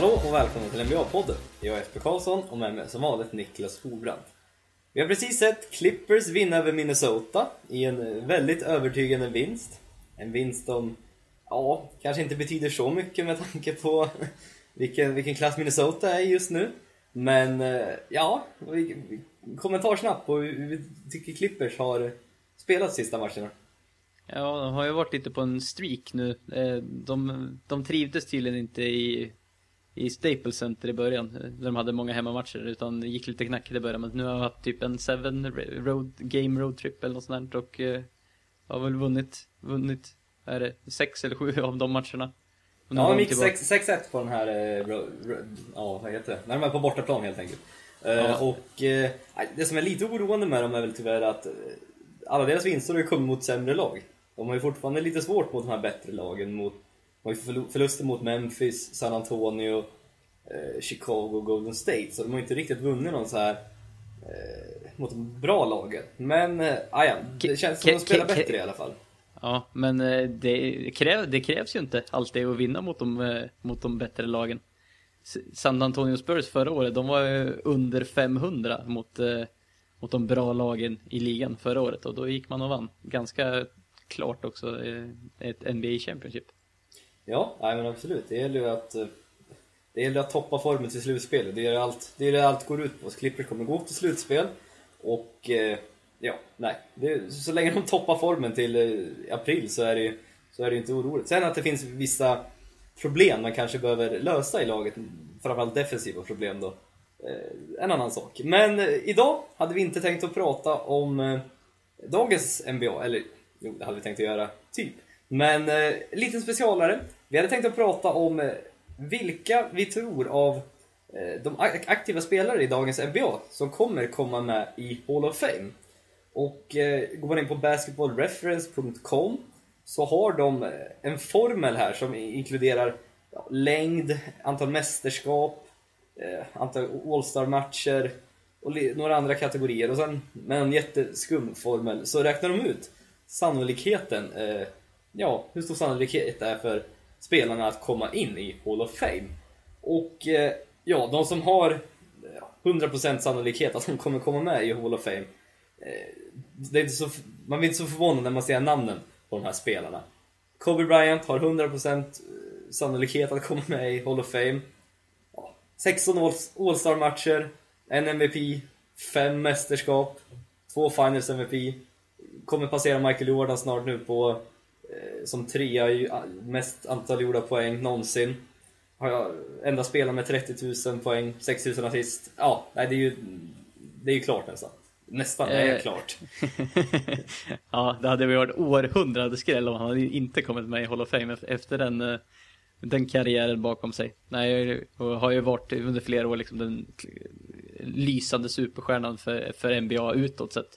Hallå och välkomna till NBA-podden. Jag är Jesper Karlsson och med mig som vanligt Niklas Skobrand. Vi har precis sett Clippers vinna över Minnesota i en väldigt övertygande vinst. En vinst som, kanske inte betyder så mycket med tanke på vilken klass Minnesota är just nu. Men kommentar snabbt på hur vi tycker Clippers har spelat sista matcherna. Ja, de har ju varit lite på en streak nu. De trivdes tydligen inte i Staples Center i början, där de hade många hemmamatcher, utan det gick lite knackigt i början. Men nu har jag haft typ en 7 road trip eller något sånt där, och har väl vunnit är det 6 eller 7 av de matcherna. Ja, de gick 6-1 på den här vad heter det? När de är på bortaplan helt enkelt. Det som är lite oroande med dem är väl tyvärr att alla deras vinster har kommit mot sämre lag. De har ju fortfarande lite svårt mot de här bättre lagen. De har ju förluster mot Memphis, San Antonio, Chicago och Golden State. Så de har inte riktigt vunnit någon så här mot de bra lagen. Men det känns som att de spelar bättre i alla fall. Ja, men det krävs ju inte alltid att vinna mot de bättre lagen. San Antonio Spurs förra året, de var under 500 mot de bra lagen i ligan förra året. Och då gick man och vann ganska klart också ett NBA Championship. Ja, men absolut. Det gäller att toppa formen till slutspel. Det är det allt går ut på. Clippers kommer gå till slutspel. Och så länge de toppar formen till april så är det inte oroligt. Sen att det finns vissa problem man kanske behöver lösa i laget, framförallt defensiva problem då, en annan sak. Men idag hade vi inte tänkt att prata om dagens NBA, eller jo, det hade vi tänkt att göra typ. Men lite specialare. Vi hade tänkt att prata om vilka vi tror av de aktiva spelare i dagens NBA som kommer komma med i Hall of Fame. Och går man in på basketballreference.com så har de en formel här som inkluderar längd, antal mästerskap, antal All-Star-matcher och några andra kategorier. Och sen med en jätteskum formel så räknar de ut sannolikheten, hur stor sannolikhet det är för spelarna att komma in i Hall of Fame. Och de som har 100% sannolikhet att de kommer komma med i Hall of Fame, det är inte så, man blir inte så förvånad när man ser namnen på de här spelarna. Kobe Bryant har 100% sannolikhet att komma med i Hall of Fame. 16 All-Star-matcher, en MVP, 5 mästerskap, 2 Finals MVP. Kommer passera Michael Jordan snart nu på som 3 mest antal gjorda poäng någonsin. Har jag enda spelare med 30 000 poäng, 6 000 assist. Det är ju klart nästan. Nästan är klart. Ja, det hade varit århundrade skräll om han hade inte kommit med i Hall of Fame efter den karriären bakom sig. Nej, jag har ju varit under flera år liksom den lysande superstjärnan för NBA utåt sett.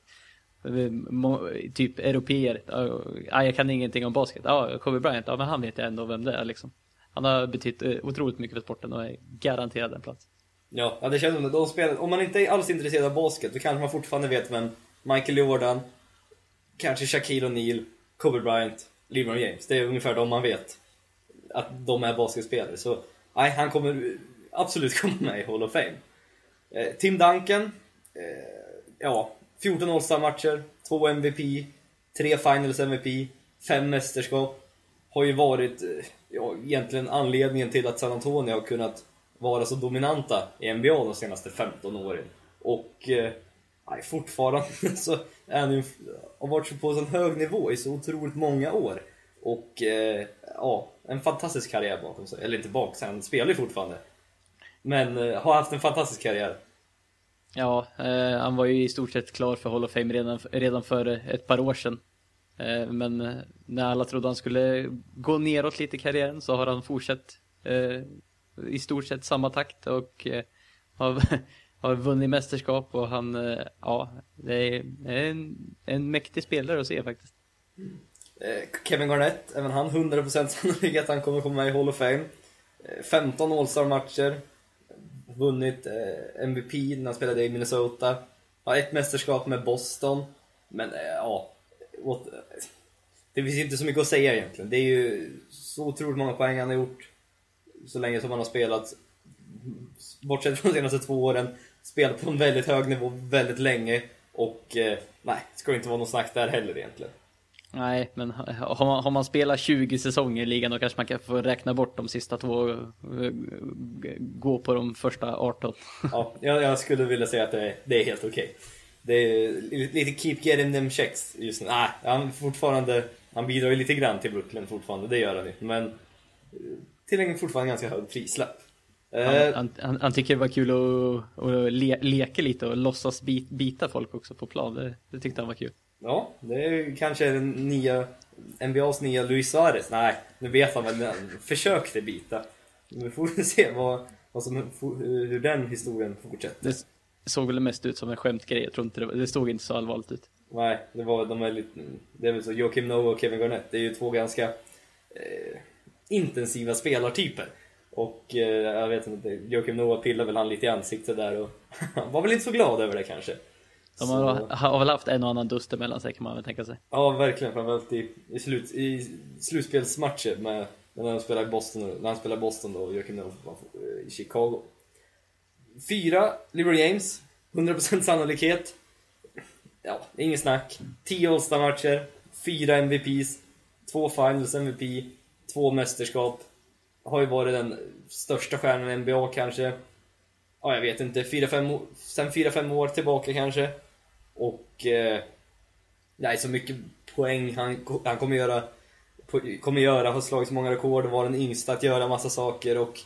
Typ europeer. Jag kan ingenting om basket. Kobe Bryant, men han vet jag ändå vem det är liksom. Han har betytt otroligt mycket för sporten och är garanterad en plats. Ja, det känns som att de spelar. Om man inte är alls intresserad av basket, då kanske man fortfarande vet vem Michael Jordan, kanske Shaquille O'Neal, Kobe Bryant, LeBron James. Det är ungefär de man vet att de är basketspelare. Så han kommer absolut komma med i Hall of Fame. Tim Duncan, 14 All-Star-matcher, 2 MVP, 3 Finals MVP, 5 mästerskap. Har ju varit egentligen anledningen till att San Antonio har kunnat vara så dominanta i NBA de senaste 15 åren. Och fortfarande så är han ju, har varit på en sån hög nivå i så otroligt många år. Och en fantastisk karriär bakom sig. Eller inte bakom sig, han spelar ju fortfarande. Men har haft en fantastisk karriär. Ja, han var ju i stort sett klar för Hall of Fame redan för ett par år sedan. Men när alla trodde han skulle gå neråt lite i karriären så har han fortsatt i stort sett samma takt och har vunnit mästerskap. Och han, det är en mäktig spelare att se faktiskt. Kevin Garnett, även han 100% sannolikhet att han kommer komma med i Hall of Fame. 15 All-Star-matcher, vunnit MVP när han spelade i Minnesota. Har ett mästerskap med Boston. Men det finns inte så mycket att säga egentligen. Det är ju så otroligt många poäng han har gjort så länge som han har spelat. bortsett från de senaste 2 åren, spelat på en väldigt hög nivå väldigt länge. Och nej, det ska inte vara någon snack där heller egentligen. Nej, men har man spelat 20 säsonger i ligan, då kanske man kan få räkna bort de sista 2, gå på de första 18. Ja, jag skulle vilja säga att det är helt okej. Det är lite keep getting them checks just nu. Han bidrar ju lite grann till Brooklyn fortfarande, det gör han ju. Men tillgängligt fortfarande ganska hög prislapp. Han tycker det var kul att leka lite och låtsas bita folk också på plan. Det tyckte han var kul. Ja, det är kanske den nya NBAs nya Luis Suarez. Nej, nu vet han väl, han försökte bita. Nu får vi se hur den historien fortsätter. Det såg väl mest ut som en skämtgrej. Jag tror inte det såg inte så allvarligt ut. Nej, det är väl så Joakim Noah och Kevin Garnett. Det är ju 2 ganska intensiva spelartyper. Och jag vet inte, Joakim Noah pillade väl han lite i ansiktet där och han var väl inte så glad över det kanske. De har väl haft en och annan dust emellan sig, kan man väl tänka sig. Ja, verkligen, framförallt i slutspelsmatcher med när han spelar i Boston då, och Joakim Noah i Chicago. 4, LeBron James, 100% sannolikhet. Ja, ingen snack. 10 All-Star-matcher, 4 MVPs, 2 Finals MVP, 2 mästerskap. Har ju varit den största stjärnan i NBA kanske. Ja, jag vet inte, sen 4-5 år tillbaka kanske. Och nej, så mycket poäng han kommer göra, har slagit så många rekord och var den yngsta att göra massa saker. Och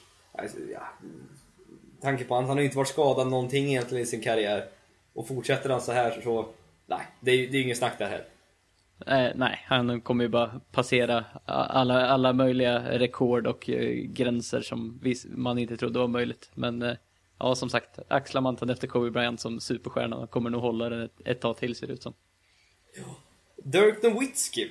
tanke på han har inte varit skadad någonting egentligen i sin karriär. Och fortsätter han så här så nej, det är ingen snack där här. Nej, han kommer ju bara passera alla möjliga rekord och gränser som man inte trodde var möjligt. Men ja, som sagt, axlar manteln efter Kobe Bryant som superstjärna kommer nog hålla det ett tag till, ser det ut som. Ja. Dirk Nowitzki,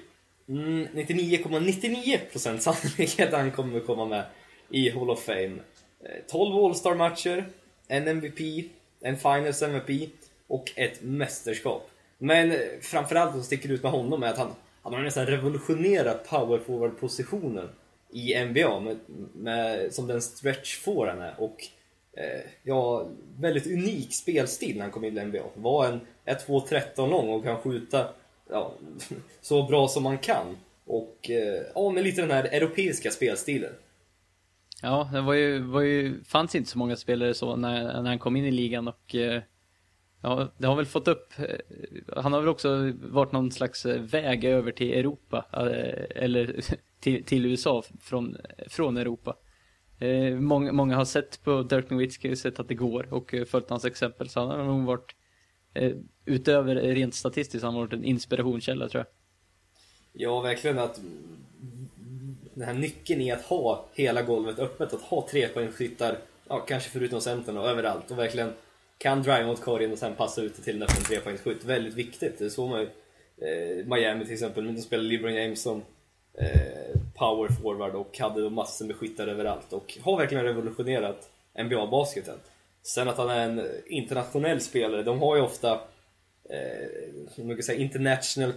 99,99% sannolikhet han kommer komma med i Hall of Fame. 12 All-Star-matcher, en MVP, en Finals MVP och ett mästerskap. Men framförallt som sticker ut med honom är att han har nästan revolutionerat power forward-positionen i NBA med som den stretch four han är. Och väldigt unik spelstil när han kom in i NBA. Var en 1-2-13 lång och kan skjuta så bra som man kan. Och med lite den här europeiska spelstilen. Ja, det fanns inte så många spelare så när han kom in i ligan. Och ja, det har väl fått upp. Han har väl också varit någon slags väg över till Europa, eller till USA från Europa. Många har sett på Dirk Nowitzki, sett att det går och följt hans exempel. Så han har nog varit, utöver rent statistiskt, han har varit en inspirationskälla, tror jag. Ja, verkligen, att den här nyckeln i att ha hela golvet öppet, att ha 3-poängsskyttar, kanske förutom centern och överallt, och verkligen kan drive mot korgen och sen passa ut till en öppen 3-poängsskytt. Väldigt viktigt. Det såg man ju Miami till exempel, men då spelade LeBron James som power forward och hade massor med skyttar överallt och har verkligen revolutionerat NBA-basketen. Sen att han är en internationell spelare, de har ju ofta som man kan säga international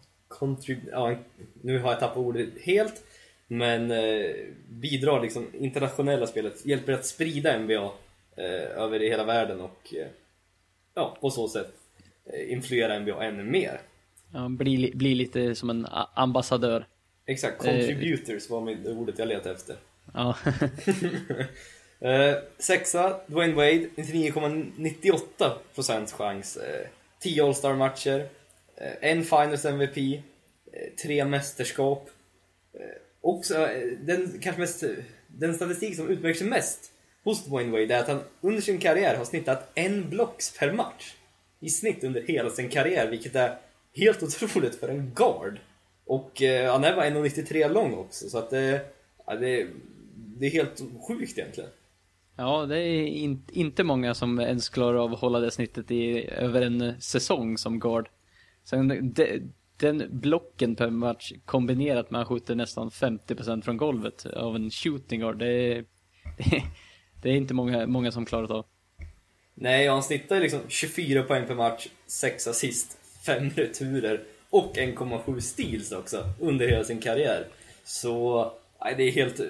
nu har jag tappat ordet helt, men bidrar liksom internationella spelet, hjälper att sprida NBA över hela världen och på så sätt influera NBA ännu mer. Ja, bli lite som en ambassadör. Exakt, contributors var ordet jag letade efter. Ja. 6:a, Dwayne Wade, 99,98% chans. 10 All-Star-matcher, en Finals MVP, 3 mästerskap. Också den statistik som utmärker sig mest hos Dwayne Wade är att han under sin karriär har snittat 1 blocks per match i snitt under hela sin karriär, vilket är helt otroligt för en guard. Och han är bara 1,93 lång också, så att det är helt sjukt egentligen. Ja, det är inte många som ens klarar av att hålla det snittet över en säsong som guard. Sen den blocken per match kombinerat med att han skjuter nästan 50% från golvet av en shooting guard, det är inte många som klarat av. Nej, han snittar liksom 24 poäng per match, 6 assist, 5 returer och 1,7 steals också under hela sin karriär. Så det är helt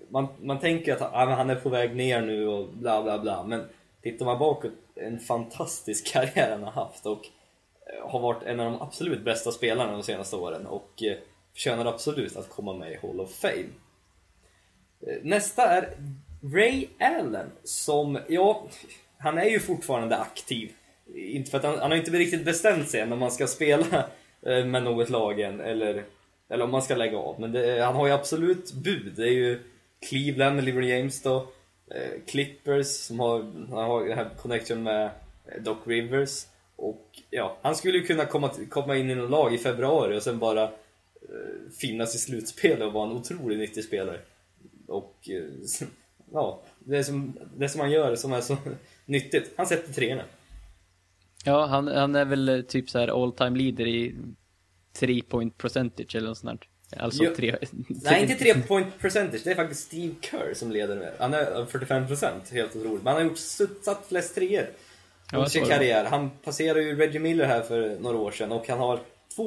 man tänker att han är på väg ner nu och bla bla bla. Men tittar man bakåt, en fantastisk karriär han har haft och har varit en av de absolut bästa spelarna de senaste åren och förtjänar absolut att komma med i Hall of Fame. Nästa är Ray Allen som, ja, han är ju fortfarande aktiv. Inte för att han har inte riktigt bestämt sig än om man ska spela med något lag än, eller om man ska lägga av. Men han har ju absolut bud. Det är ju Cleveland med LeBron James då, Clippers som har den här connection med Doc Rivers. Och ja, han skulle ju kunna komma in i någon lag i februari och sen bara finnas i slutspel och vara en otroligt nyttig spelare. Och ja, det som han gör som är så nyttigt. Han sätter treorna. Ja, han är väl typ så här all time leader i 3-point percentage eller något sånt där. Alltså nej, inte 3-point percentage. Det är faktiskt Steve Kerr som leder med. Han är 45%, helt otroligt. Men han har satt flest treor under sin karriär. Han passerade ju Reggie Miller här för några år sedan och han har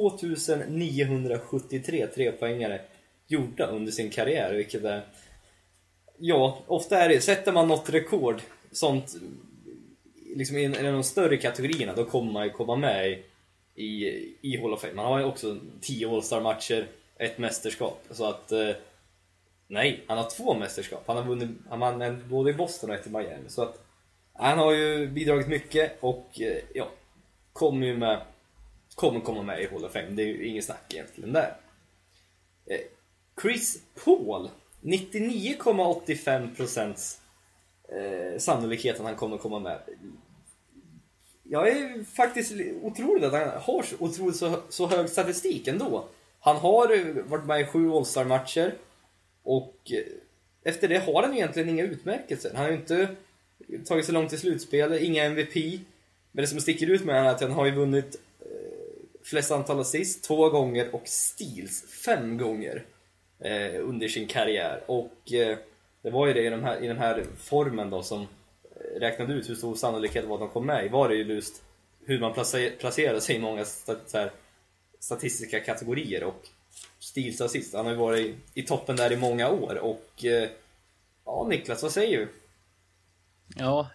2973 trepoängare gjorda under sin karriär, vilket är, ja, ofta är det, sätter man något rekord sånt liksom i en av de större kategorierna, då kommer man ju komma med i Hall of Fame. Man har ju också 10 All-Star-matcher, ett mästerskap, så att nej, han har 2 mästerskap. Han har vunnit, han vann både i Boston och ett i Miami, så att han har ju bidragit mycket och ja, kommer komma med i Hall of Fame. Det är ju ingen snack egentligen där. Chris Paul, 99,85% sannolikhet att han kommer komma med. Jag är faktiskt otroligt att han har så hög statistik ändå. Han har varit med i 7 All-Star-matcher och efter det har han egentligen inga utmärkelser. Han har ju inte tagit så långt till slutspel, inga MVP. Men det som sticker ut med är att han har ju vunnit flest antal assist 2 gånger och steals 5 gånger under sin karriär. Och det var ju det i den här formen då som räknade ut hur stor sannolikhet var att de kom med i. Var det ju just hur man placerar sig i många statistiska kategorier och steals assist. Han har ju varit i toppen där i många år. Och ja, Niklas, vad säger du? Ja,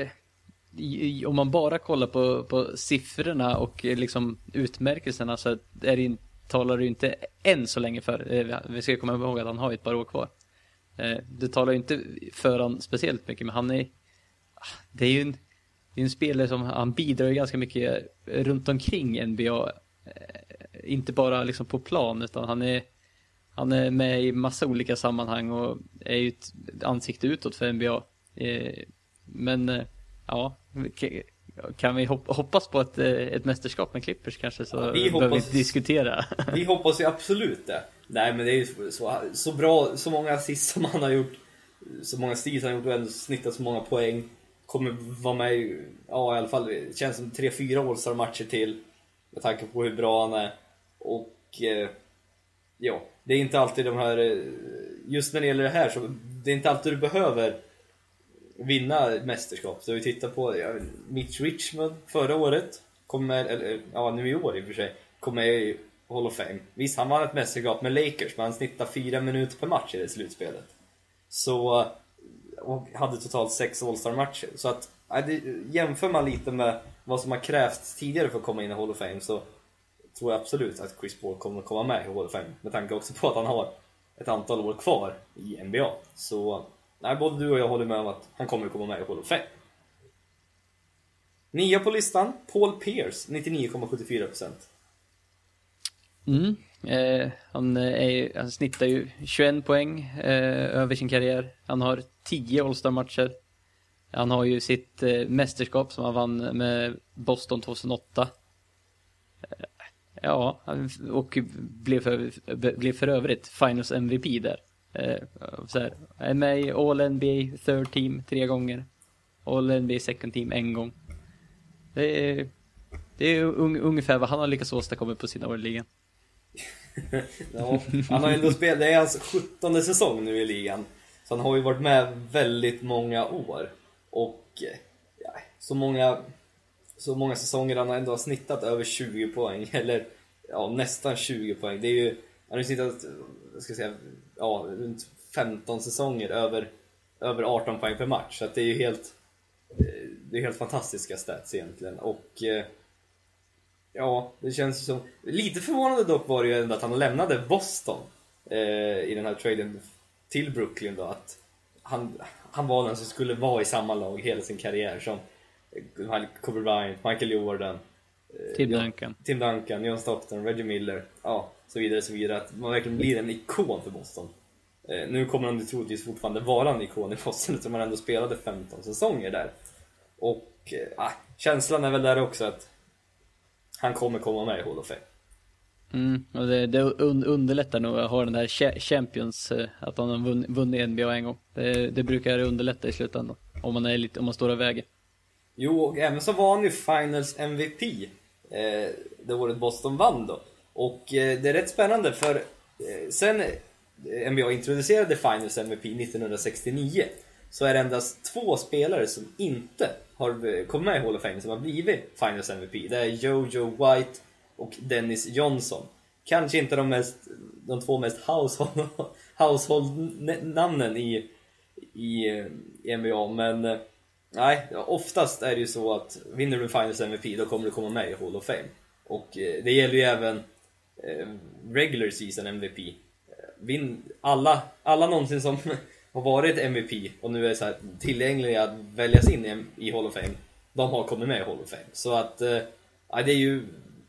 om man bara kollar på siffrorna och liksom utmärkelserna så talar det ju inte än så länge för. Vi ska komma ihåg att han har ett par år kvar. Det talar ju inte för han speciellt mycket, men det är ju en spelare som han bidrar ju ganska mycket runt omkring NBA. Inte bara liksom på plan, utan han är med i massa olika sammanhang och är ju ett ansikte utåt för NBA. Men ja, kan vi hoppas på ett mästerskap med Clippers kanske, så behöver vi inte diskutera. Vi hoppas ju absolut det. Nej, men det är ju så bra, så många assist som han har gjort, så många steals han har gjort och snittat så många poäng. Kommer vara med i alla fall, det känns som 3-4 All-Star-matcher till med tanke på hur bra han är. Och ja, det är inte alltid de här, just när det gäller det här, så det är inte alltid du behöver vinna mästerskap. Så vi tittar på Mitch Richmond förra året kom med, eller nu i år i och för sig, kom med i Hall of Fame. Visst, han vann ett mästerskap med Lakers, men han snittade 4 minuter per match i det slutspelet. Så och hade totalt 6 All-Star-matcher. Så att jämför man lite med vad som har krävts tidigare för att komma in i Hall of Fame, så tror jag absolut att Chris Paul kommer komma med i Hall of Fame, med tanke också på att han har ett antal år kvar i NBA. Så nej, både du och jag håller med om att han kommer komma med i Hall of Fame. 9 på listan, Paul Pierce, 99,74%. Han snittar ju 21 poäng över sin karriär. Han har 10 All-Star-matcher. Han har ju sitt mästerskap som han vann med Boston 2008. Ja, och blev för övrigt Finals MVP där. Så här, är med i All-NBA third team 3 gånger. All-NBA second team 1 gång. Det är ungefär vad han har lyckats åstadkomma på sina år i ligan. Ja, han har ändå spelat, det är hans 17:e säsong nu i ligan. Så han har ju varit med väldigt många år. Och ja, så många säsonger han har ändå snittat över 20 poäng. Eller nästan 20 poäng. Det är ju, han har ju snittat, ska jag säga, runt 15 säsonger över 18 poäng per match. Så att det är ju helt fantastiska stats egentligen. Och ja, det känns som... Lite förvånande dock var det ju ändå att han lämnade Boston i den här traden till Brooklyn då. Att han var den som skulle vara i samma lag hela sin karriär som Kobe Bryant, Michael Jordan, Tim Duncan, John Stockton, Reggie Miller, ja, så vidare, att man verkligen blir en ikon för Boston. Nu kommer han troligtvis fortfarande vara en ikon i Boston, eftersom han ändå spelade 15 säsonger där. Och känslan är väl där också att han kommer komma med i Hall of Fame. Och det underlättar nog att ha den där Champions, att han har vunnit NBA en gång. Det brukar underlätta i slutändan om man står och väger. Jo, och även så var han ju Finals MVP det året Boston vann då. Och det är rätt spännande för sen NBA introducerade Finals MVP 1969 så är det endast 2 spelare som inte har kommit med i Hall of Fame som har blivit Finals MVP. Det är Jojo White och Dennis Johnson. Kanske inte de 2 mest household-namnen i NBA, men nej, oftast är det ju så att vinner du Finals MVP då kommer du komma med i Hall of Fame. Och det gäller ju även regular season MVP. Alla någonsin som har varit MVP och nu är så här tillgängliga att väljas in i Hall of Fame, de har kommit med i Hall of Fame. Så att det är ju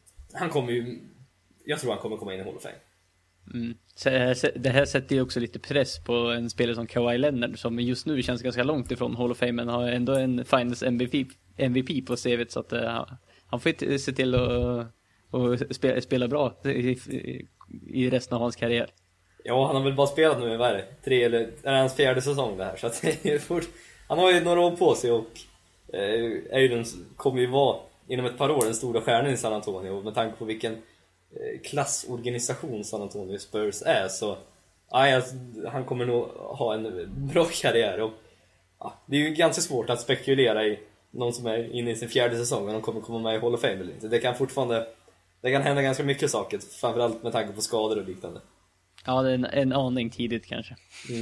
jag tror han kommer komma in i Hall of Fame. Så det här sätter ju också lite press på en spelare som Kawhi Leonard som just nu känns ganska långt ifrån Hall of Fame men har ändå en Finals MVP på CV:t, så att han får se till att spela bra i resten av hans karriär. Ja, han har väl bara spelat nu i 3 eller är hans 4:e säsong det här, så att han har ju några år på sig och kommer ju vara inom ett par år den stora stjärnan i San Antonio. Med tanke på vilken klassorganisation San Antonio Spurs är, så han kommer nog ha en bra karriär. Och det är ju ganska svårt att spekulera i någon som är inne i sin 4:e säsong och de kommer komma med i Hall of Fame eller inte. Det kan hända ganska mycket saker, framförallt med tanke på skador och liknande. Ja, det är en aning tidigt kanske.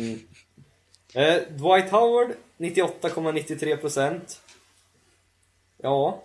Dwight Howard 98,93%. Ja,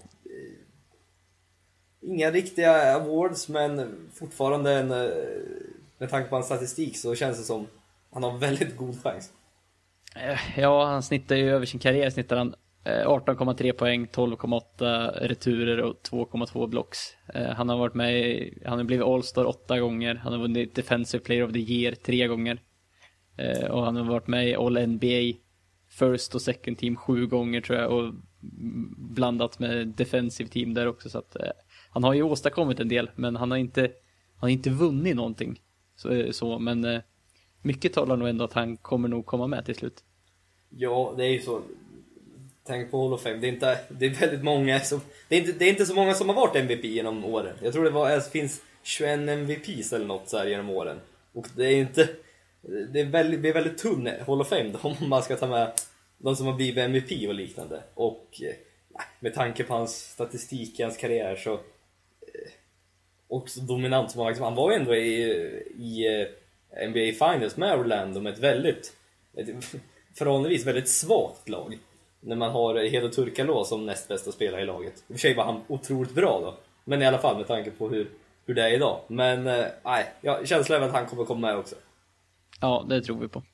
inga riktiga awards, men fortfarande med tanke på hans statistik så känns det som han har väldigt god chans. Ja, han snittar ju över sin karriär snittar han 18,3 poäng, 12,8 returer och 2,2 blocks. Han har varit med han har blivit All-Star 8 gånger. Han har vunnit Defensive Player of the Year 3 gånger. Och han har varit med i All-NBA First och Second Team 7 gånger tror jag, och blandat med Defensive Team där också, så att han har ju åstadkommit en del, men han har inte vunnit någonting så men mycket talar nog ändå att han kommer nog komma med till slut. Ja, det är ju så. Tänk på Hall of Fame. Det är väldigt många som det är inte så många som har varit MVP genom åren. Jag tror det finns 21 MVPs eller något så här genom åren. Och det är väldigt tunn Hall of Fame om man ska ta med de som har blivit MVP och liknande. Och med tanke på hans statistik i hans karriär så också dominant som han var ju ändå i NBA Finals med Orlando med ett förhållandevis väldigt svagt lag. När man har Hedo Turkalo som näst bästa spelare i laget. I och för sig var han otroligt bra då, men i alla fall med tanke på hur det är idag. Men känslan är att han kommer komma med också. Ja, det tror vi på.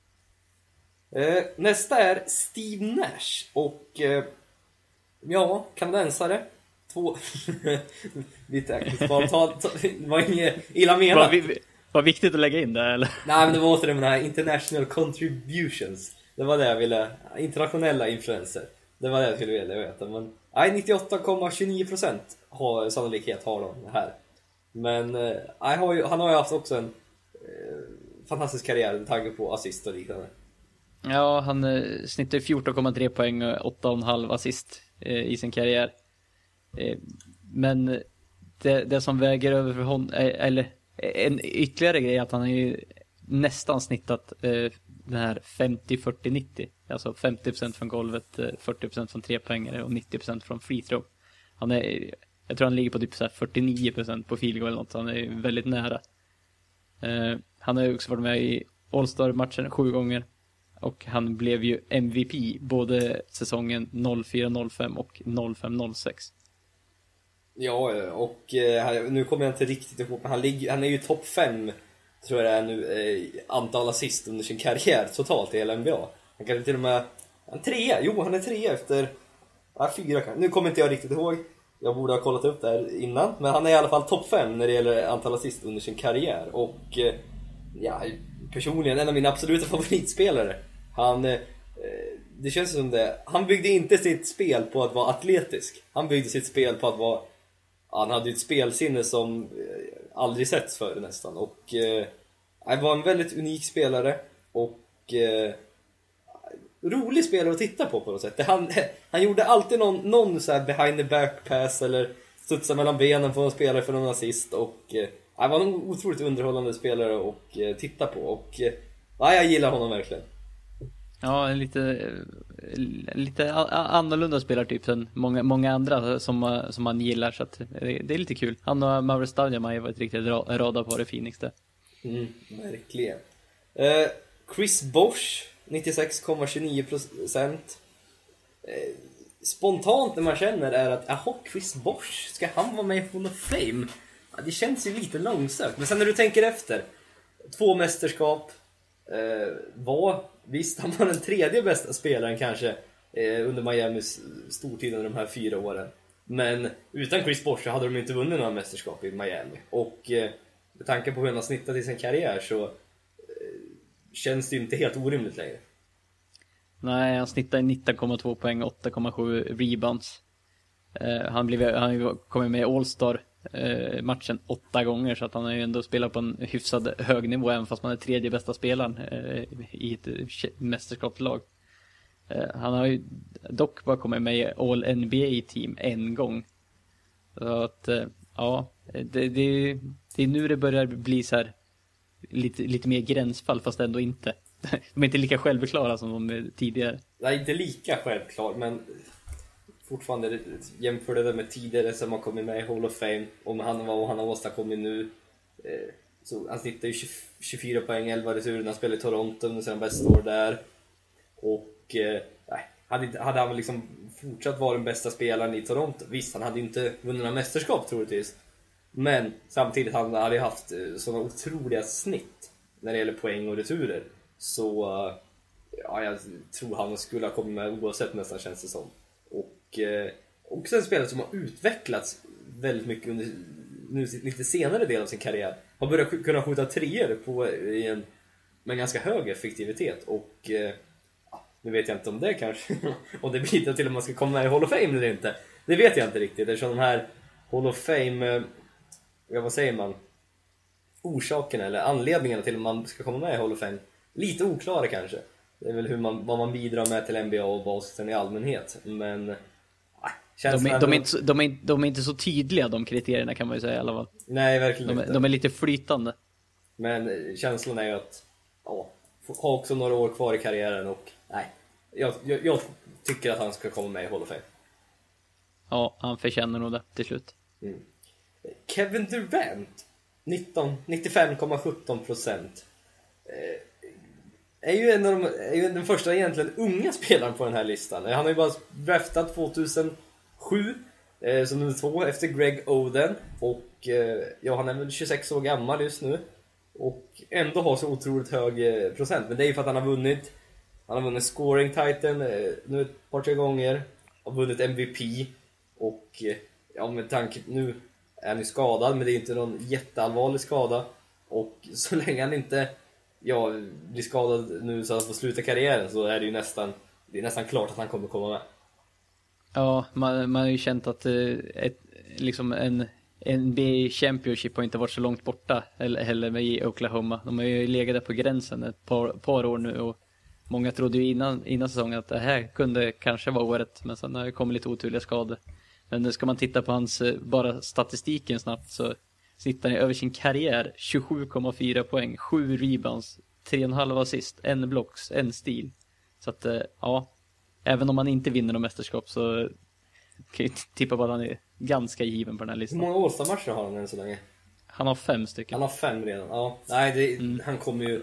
Nästa är Steve Nash. Och kanadensare. 2 var inget illa menat. Var viktigt att lägga in det, eller? Nej, men det var åter de här international contributions. Det var det jag ville. Internationella influenser. Det var det jag skulle vilja veta. Men 98,29% har sannolikhet har de här. Men han har ju haft också en fantastisk karriär med tanke på assist och liknande. Ja, han snittar 14,3 poäng och 8,5 assist i sin karriär. Men det som väger över för honom, eller en ytterligare grej, är att han har ju nästan snittat den här 50-40-90. Alltså 50% från golvet, 40% från trepoängare och 90% från free throw. Jag tror han ligger på typ så här 49% på field goal eller något. Han är väldigt nära. Han har ju också varit med i All-Star-matchen 7 gånger. Och han blev ju MVP både säsongen 04-05 och 05-06. Ja, och nu kommer jag inte riktigt ihåg, men han är ju topp 5, tror jag det är nu, antal assist under sin karriär totalt i hela NBA. Han kanske till och med han är trea efter 4 kanske. Nu kommer inte jag riktigt ihåg. Jag borde ha kollat upp det här innan, men han är i alla fall topp 5 när det gäller antal assist under sin karriär. Och personligen en av mina absoluta favoritspelare. Det känns som det. Han byggde inte sitt spel på att vara atletisk. Han byggde sitt spel på att vara... Han hade ett spelsinne som aldrig setts förr nästan. Och han var en väldigt unik spelare. Och rolig spelare att titta på något sätt. Han gjorde alltid någon så här behind the back pass eller studsa mellan benen på en spelare för någon assist. Och han var en otroligt underhållande spelare att titta på. Och jag gillar honom verkligen. Ja, lite annorlunda spelartyp än många andra som man gillar, så att det är lite kul. Han och Maurice Stoudemire har ju varit riktigt radarpar i Phoenix där. Verkligen. Chris Bosh 96,29%. Spontant när man känner är att Chris Bosh, ska han vara med i Hall of Fame? Ja, det känns ju lite långsökt. Men sen när du tänker efter, 2 mästerskap, visst, han var den 3:e bästa spelaren kanske under Miamis stortid under de här 4 åren. Men utan Chris Bosh så hade de inte vunnit några mästerskap i Miami. Och med tanke på hur han har snittat i sin karriär så känns det ju inte helt orimligt längre. Nej, han snittade 19,2 poäng, 8,7 rebounds. Han kom med i All-Star matchen 8 gånger, så att han har ju ändå spelat på en hyfsad hög nivå, även fast man är 3:e bästa spelaren i ett mästerskapslag. Han har ju dock bara kommit med i All-NBA-team en gång. Så att det är nu det börjar bli så här lite mer gränsfall, fast ändå inte. De är inte lika självklara som de tidigare. Nej, inte lika självklart, men fortfarande jämför det med tidigare som har kommit med i Hall of Fame. Om han har åstadkommit nu, så han snittar ju 24 poäng, 11 returer när han spelar i Toronto under sina bästa år där. Och hade han liksom fortsatt vara den bästa spelaren i Toronto, visst, han hade inte vunnit några mästerskap troligtvis, men samtidigt han hade haft sådana otroliga snitt när det gäller poäng och returer. Så jag tror han skulle ha kommit med oavsett, nästan, känns det som. Och också en spelare som har utvecklats väldigt mycket under nu lite senare del av sin karriär. Har börjat kunna skjuta 3:or med en ganska hög effektivitet. Och nu vet jag inte om det kanske om det bidrar till att man ska komma med i Hall of Fame eller inte. Det vet jag inte riktigt, eftersom de här Hall of Fame, vad säger man, orsakerna eller anledningarna till att man ska komma med i Hall of Fame lite oklara kanske. Det är väl vad man bidrar med till NBA och basketen i allmänhet. Men de är inte så tydliga, de kriterierna, kan man ju säga i alla fall. Nej, verkligen inte. De är lite flytande. Men känslan är ju att har också några år kvar i karriären. Och jag tycker att han ska komma med i Hall of Fame. Ja, han förtjänar nog det till slut. Kevin Durant 95,17%. Är ju den första egentligen unga spelaren på den här listan. Han har ju bara draftat 2007 som nummer 2 efter Greg Oden. Och han är väl 26 år gammal just nu. Och ändå har så otroligt hög procent. Men det är ju för att han har vunnit scoring titan nu ett par 3 gånger. Har vunnit MVP. Och med tanke, nu är han ju skadad, men det är inte någon jätteallvarlig skada. Och så länge han inte blir skadad nu så att han får sluta karriären, så är det ju nästan klart att han kommer komma med. Ja, man har ju känt att en NBA Championship har inte varit så långt borta heller med i Oklahoma. De har ju legat där på gränsen ett par år nu, och många trodde ju innan säsongen att det här kunde kanske vara året, men sen har det kommit lite oturliga skador. Men nu ska man titta på hans bara statistiken snabbt, så snittar han över sin karriär 27,4 poäng, 7 rebounds, 3,5 assist, 1 blocks, 1 steal. Så att även om man inte vinner någon mästerskap så kan jag tippa på att han är ganska given på den här listan. Hur många All-Star-matcher har han än så länge? Han har 5 stycken. Han har 5 redan, ja. Nej, han kommer ju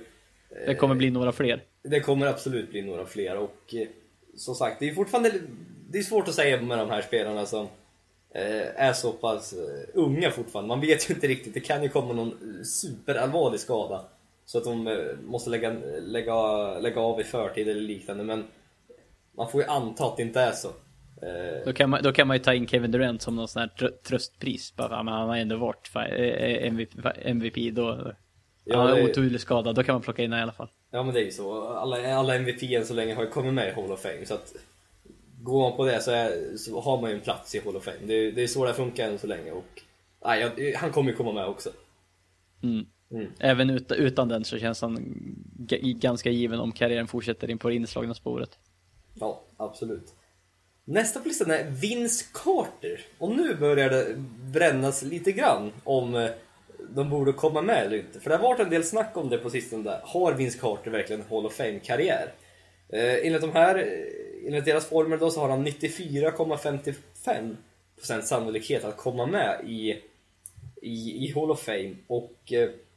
Det kommer bli några fler. Det kommer absolut bli några fler. Och som sagt, det är fortfarande svårt att säga med de här spelarna som är så pass unga fortfarande. Man vet ju inte riktigt, det kan ju komma någon superallvarlig skada så att de måste lägga av i förtid eller liknande. Men man får ju anta att det inte är så. Då kan man ju ta in Kevin Durant som någon sån här tröstpris. Bara, men han har ändå varit MVP då. Ja, han är otroligt skadad, då kan man plocka in i alla fall. Ja, men det är ju så. Alla MVP än så länge har ju kommit med i Hall of Fame. Så att går man på det så har man ju en plats i Hall of Fame. Det är så det funkar än så länge. Och han kommer ju komma med också. Även utan den så känns han ganska given om karriären fortsätter in på det inslagna spåret. Ja, absolut. Nästa på listan är Vince Carter. Och nu börjar det brännas lite grann om de borde komma med eller inte. För det har varit en del snack om det på sistone där. Har Vince Carter verkligen en Hall of Fame-karriär? Enligt deras formel då så har han 94,55% sannolikhet att komma med i Hall of Fame. Och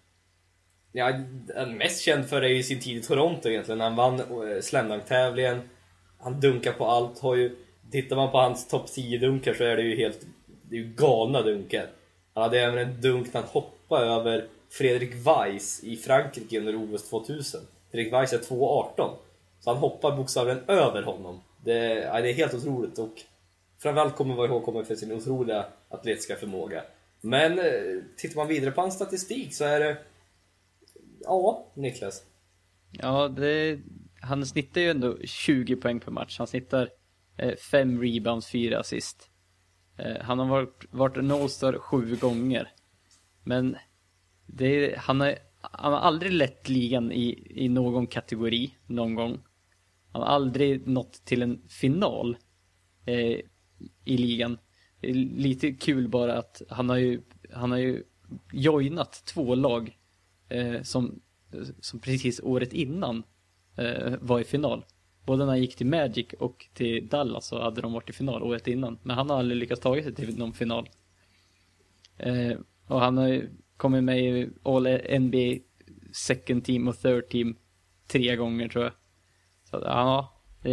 mest känd för det är ju sin tid i Toronto egentligen. Han vann slam dunk-tävlingen. Han dunkar på allt. Tittar man på hans topp 10 dunkar så är det ju galna dunkar. Han hade även en dunk när han hoppade över Fredrik Weiss i Frankrike under OS 2000. Fredrik Weiss är 2,18. Så han hoppar bokstavligen över honom. Det är helt otroligt. Och framförallt kommer vara ihågkommen för sin otroliga atletiska förmåga. Men tittar man vidare på hans statistik så är det... Ja, Niklas. Ja, han snittar ju ändå 20 poäng per match. Han snittar 5 rebounds, 4 assist. Han har varit en All-Star 7 gånger. Men han har aldrig lett ligan i någon kategori någon gång. Han har aldrig nått till en final i ligan. Det är lite kul bara att han har ju joinat 2 lag som precis året innan var i final. Både när han gick till Magic och till Dallas så hade de varit i final året innan. Men han har aldrig lyckats ta sig till någon final. Och han har ju kommit med i All NBA second team och third team 3 gånger tror jag. Så ja,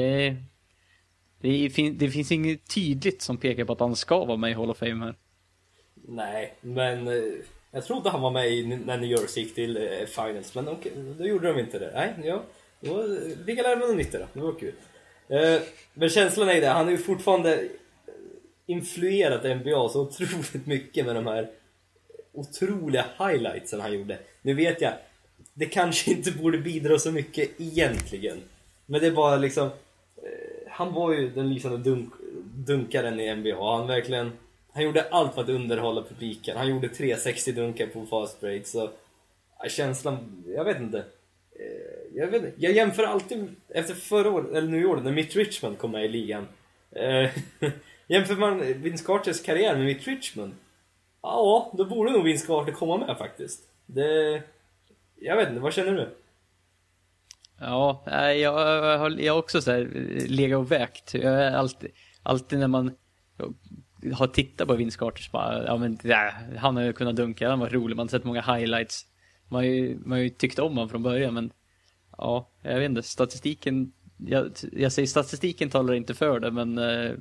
det finns inget tydligt som pekar på att han ska vara med i Hall of Fame här. Nej, men jag trodde han var med när New York gick till finals. Men okej, då gjorde de inte det. Nej, ja. Vi kan lära mig något nytt då. Det var kul. Men känslan är det. Han har ju fortfarande influerat NBA så otroligt mycket med de här otroliga highlightsen han gjorde. Nu vet jag, det kanske inte borde bidra så mycket egentligen. Men det är bara liksom... Han var ju den lysande dunkaren i NBA. Han gjorde allt för att underhålla publiken. Han gjorde 360 dunkar på fast break. Så känslan, jag vet inte. Jag jämför alltid efter förra året, eller New York, när Mitch Richmond kom med i ligan. Jämför man Vince Carters karriär med Mitch Richmond, ja, då borde nog Vince Carter komma med faktiskt. Jag vet inte, vad känner du? Ja, jag har också så här legat och vägt. Jag är alltid när man har tittat på Vince Carter så bara, han har ju kunnat dunka, han var rolig, man har sett många highlights. Man har ju tyckt om honom från början, men ja, jag vet inte, statistiken, jag säger statistiken talar inte för det, men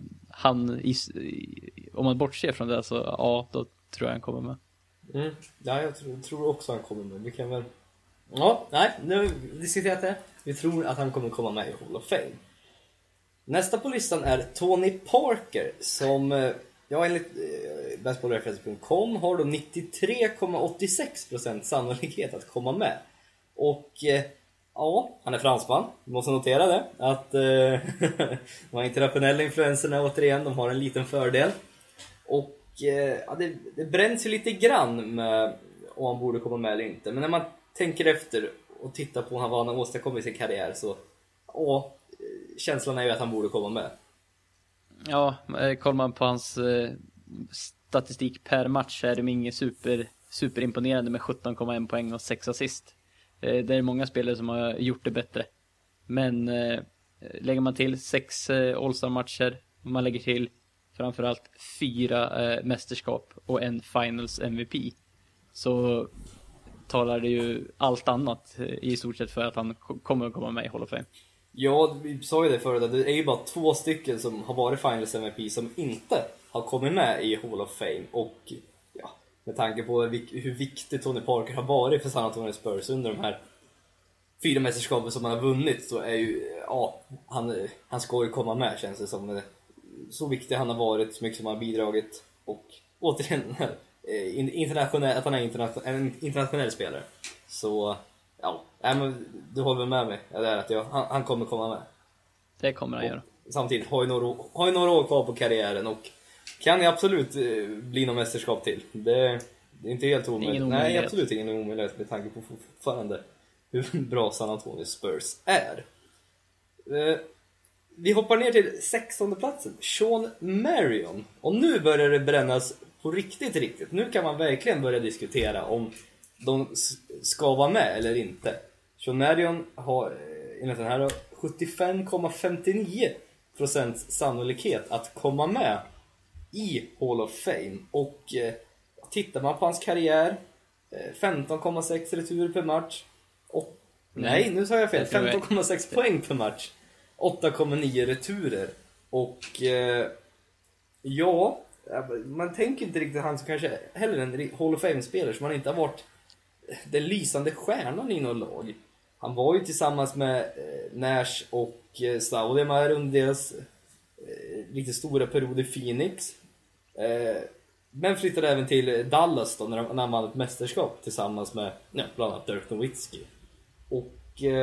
om man bortser från det så ja, då tror jag han kommer med. Ja, jag tror också han kommer med. Vi kan väl... Ja, nej, nu diskuterat det. Vi tror att han kommer komma med i Hall of Fame. Nästa på listan är Tony Parker som, enligt basketballreference.com har då 93,86% sannolikhet att komma med. Och ja, han är fransman. Vi måste notera det. Att de här internationella influenserna återigen, de har en liten fördel. Och det bränns ju lite grann med om han borde komma med eller inte. Men när man tänker efter och tittar på vad han har åstadkommit i sin karriär så känslan är ju att han borde komma med. Ja, kollar man på hans statistik per match så är det inget superimponerande med 17,1 poäng och 6 assist. Det är många spelare som har gjort det bättre. Men lägger man till 6 All-Star-matcher, man lägger till framförallt 4 mästerskap och en Finals MVP, så talar det ju allt annat i stort sett för att han kommer att komma med i Hall of Fame. Ja, vi sa ju det förut, det är ju bara 2 stycken som har varit Finals MVP som inte har kommit med i Hall of Fame. Och ja, med tanke på hur viktig Tony Parker har varit för San Antonio Spurs under de här 4 mästerskapen som han har vunnit, så är ju, ja, han ska ju komma med, känns det som. Så viktig han har varit, så mycket som han har bidragit. Och återigen, internationell, att han är en internationell spelare. Så ja, men du håller med mig, att han kommer komma med. Det kommer han göra. Samtidigt har ju några år kvar på karriären och kan ju absolut bli någon mästerskap till. Det är inte helt omöjligt. Nej, absolut ingen omöjlighet med tanke på fortfarande hur bra San Antonio Spurs är. Vi hoppar ner till 16:e platsen. Sean Marion. Och nu börjar det brännas på riktigt. Nu kan man verkligen börja diskutera om de ska vara med eller inte. Sean Marion har enligt den här 75,59% sannolikhet att komma med i Hall of Fame. Och tittar man på hans karriär, 15,6 returer per match. Nej, nu sa jag fel. 15,6 poäng per match. 8,9 returer. Och ja, man tänker inte riktigt han som kanske heller en Hall of Fame-spelare som han inte har varit den lysande stjärnan i någon lag. Han var ju tillsammans med Nash och Stoudemire under deras lite stora period i Phoenix. Men flyttade även till Dallas då, när han vann ett mästerskap tillsammans med bland annat Dirk Nowitzki. Och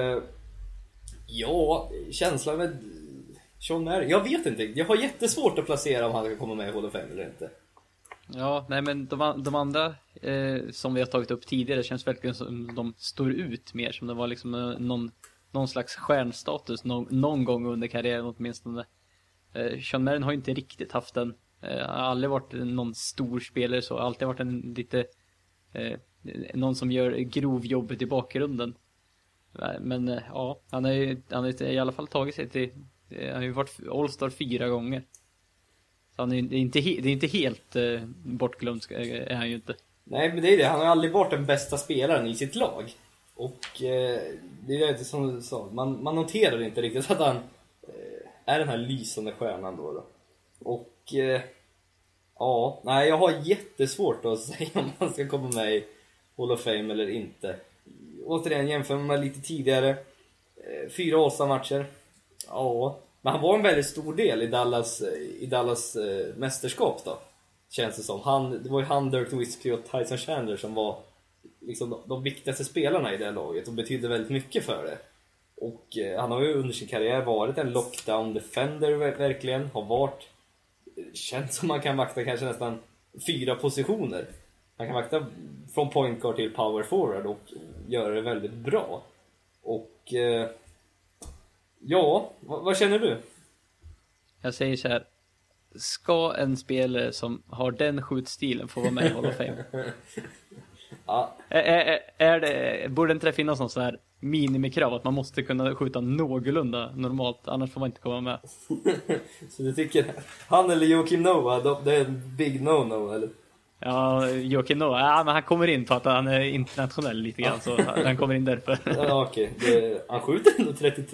ja, känslan med Sean Marion, jag vet inte. Jag har jättesvårt att placera om han ska komma med i Hall of Fame eller inte. Ja, nej, men de andra som vi har tagit upp tidigare känns verkligen som de står ut mer, som det var liksom någon slags stjärnstatus någon gång under karriären åtminstone. Sean Marion har ju inte riktigt haft den. Har aldrig varit någon stor spelare, så alltid varit en lite någon som gör grovjobbet i bakgrunden. Men ja, han har i alla fall tagit sig till, han har ju varit All-Star 4 gånger. Så det är inte helt bortglömd är han ju inte. Nej, men det är det. Han har aldrig varit den bästa spelaren i sitt lag. Och det är det som du sa. Man noterar inte riktigt att han är den här lysande stjärnan då. Och ja, nej, jag har jättesvårt att säga om han ska komma med i Hall of Fame eller inte. Återigen, jämför med lite tidigare 4 All-Star-matcher. Ja, men han var en väldigt stor del i Dallas mästerskap då, känns det som. Det var ju han, Dirk Nowitzki och Tyson Chandler som var liksom de viktigaste spelarna i det laget och betydde väldigt mycket för det. Och han har ju under sin karriär varit en lockdown defender verkligen. Har varit, känns som man kan vakta kanske nästan 4 positioner. Han kan vakta från point guard till power forward och göra det väldigt bra. Och ja, vad känner du? Jag säger så här: ska en spelare som har den skjutstilen få vara med i Hall of Fame? Ja. Borde inte det finnas någon så här minimikrav att man måste kunna skjuta någorlunda normalt, annars får man inte komma med? Så du tycker han eller Joakim Noah, det är en big no-no, eller? Ja, Joakim Noah, ja, men han kommer in på att han är internationell lite grann, så han kommer in därför. Ja, okej. Han skjuter ändå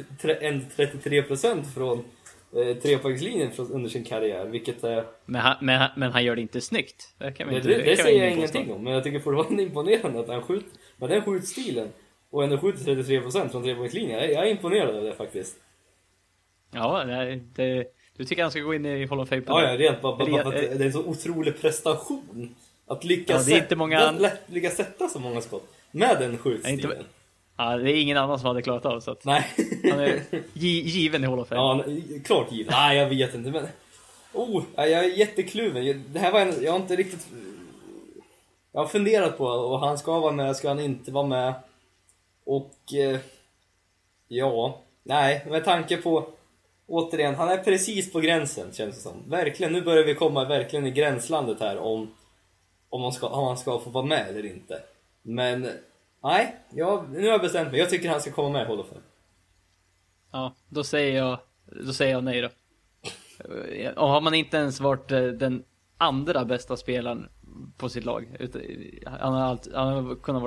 33% från 3-poängslinjen under sin karriär, vilket är... Men han gör det inte snyggt. Det säger jag ingenting om, men jag tycker fortfarande imponerande att han skjuter med den skjutstilen och ändå skjuter 33% från 3-poängslinjen. Jag är imponerad av det faktiskt. Ja, du tycker han ska gå in i Hall of Fame? Ja, rent bara det är en så otrolig prestation att lyckas lyckas sätta så många skott med den skjutstilen. Ja, det är ingen annan som hade klarat av, så att nej. Han är given i Hall of Fame. Ja, klart given. Nej, jag vet inte, men jag är jättekluven. Det här var jag har inte riktigt, jag har funderat på och han ska vara med, ska han inte vara med? Och ja, nej, med tanke på återigen, han är precis på gränsen, känns det som. Verkligen, nu börjar vi komma verkligen i gränslandet här om han ska få vara med eller inte. Men nej, nu har jag bestämt mig. Jag tycker han ska komma med i Hall of Fame. Ja, då säger jag nej då. Och har man inte ens varit den andra bästa spelaren på sitt lag, han har kunnat varit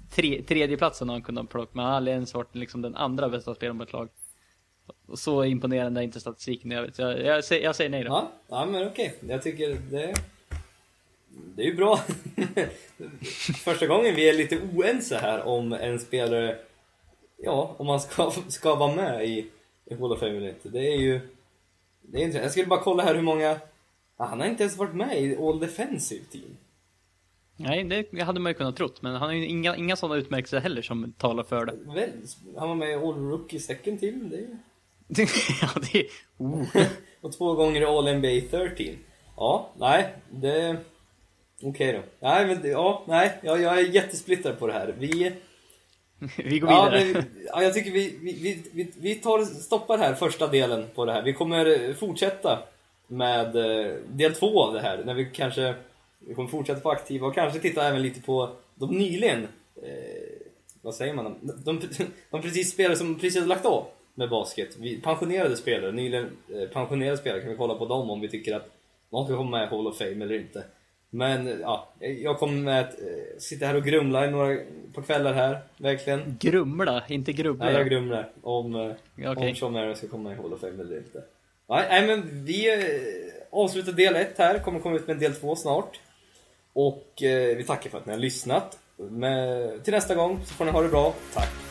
tredje platsen har han kunnat plocka, men han har aldrig ens varit liksom den andra bästa spelaren på ett lag. Och så imponerande är inte statistiken i övrigt. Så jag säger nej då. Ja, men okej. Jag tycker det är ju bra. Första gången vi är lite oense här om en spelare, ja, om man ska vara med i Hall of Fame eller inte. Det är intressant. Jag skulle bara kolla här hur många. Han har inte ens varit med i All Defensive Team. Nej, det hade man ju kunnat trott. Men han har ju inga sådana utmärkelser heller som talar för det. Väl, han var med i All Rookie Second Team. Ja, det är... Och 2 gånger i All NBA 13. Ja, nej, det... Okej då. Nej, men jag är jättesplittrad på det här. Vi går vidare. Jag tycker vi stoppar här första delen på det här. Vi kommer fortsätta med del 2 av det här. När vi kommer fortsätta på aktiva och kanske titta även lite på de nyligen, vad säger man? De precis spelare som precis har lagt av med basket. Pensionerade spelare, nyligen pensionerade spelare, kan vi kolla på dem om vi tycker att någon ska komma med i Hall of Fame eller inte. Men ja, jag kommer med att sitta här och grumla i några på kvällar här, verkligen. Grumla, inte grubbla. Jag grumlar om Sean Marion ska komma i Hall of Fame eller inte. Nej, men vi avslutar del 1 här, kommer komma ut med del 2 snart. Och vi tackar för att ni har lyssnat. Till nästa gång så får ni ha det bra. Tack.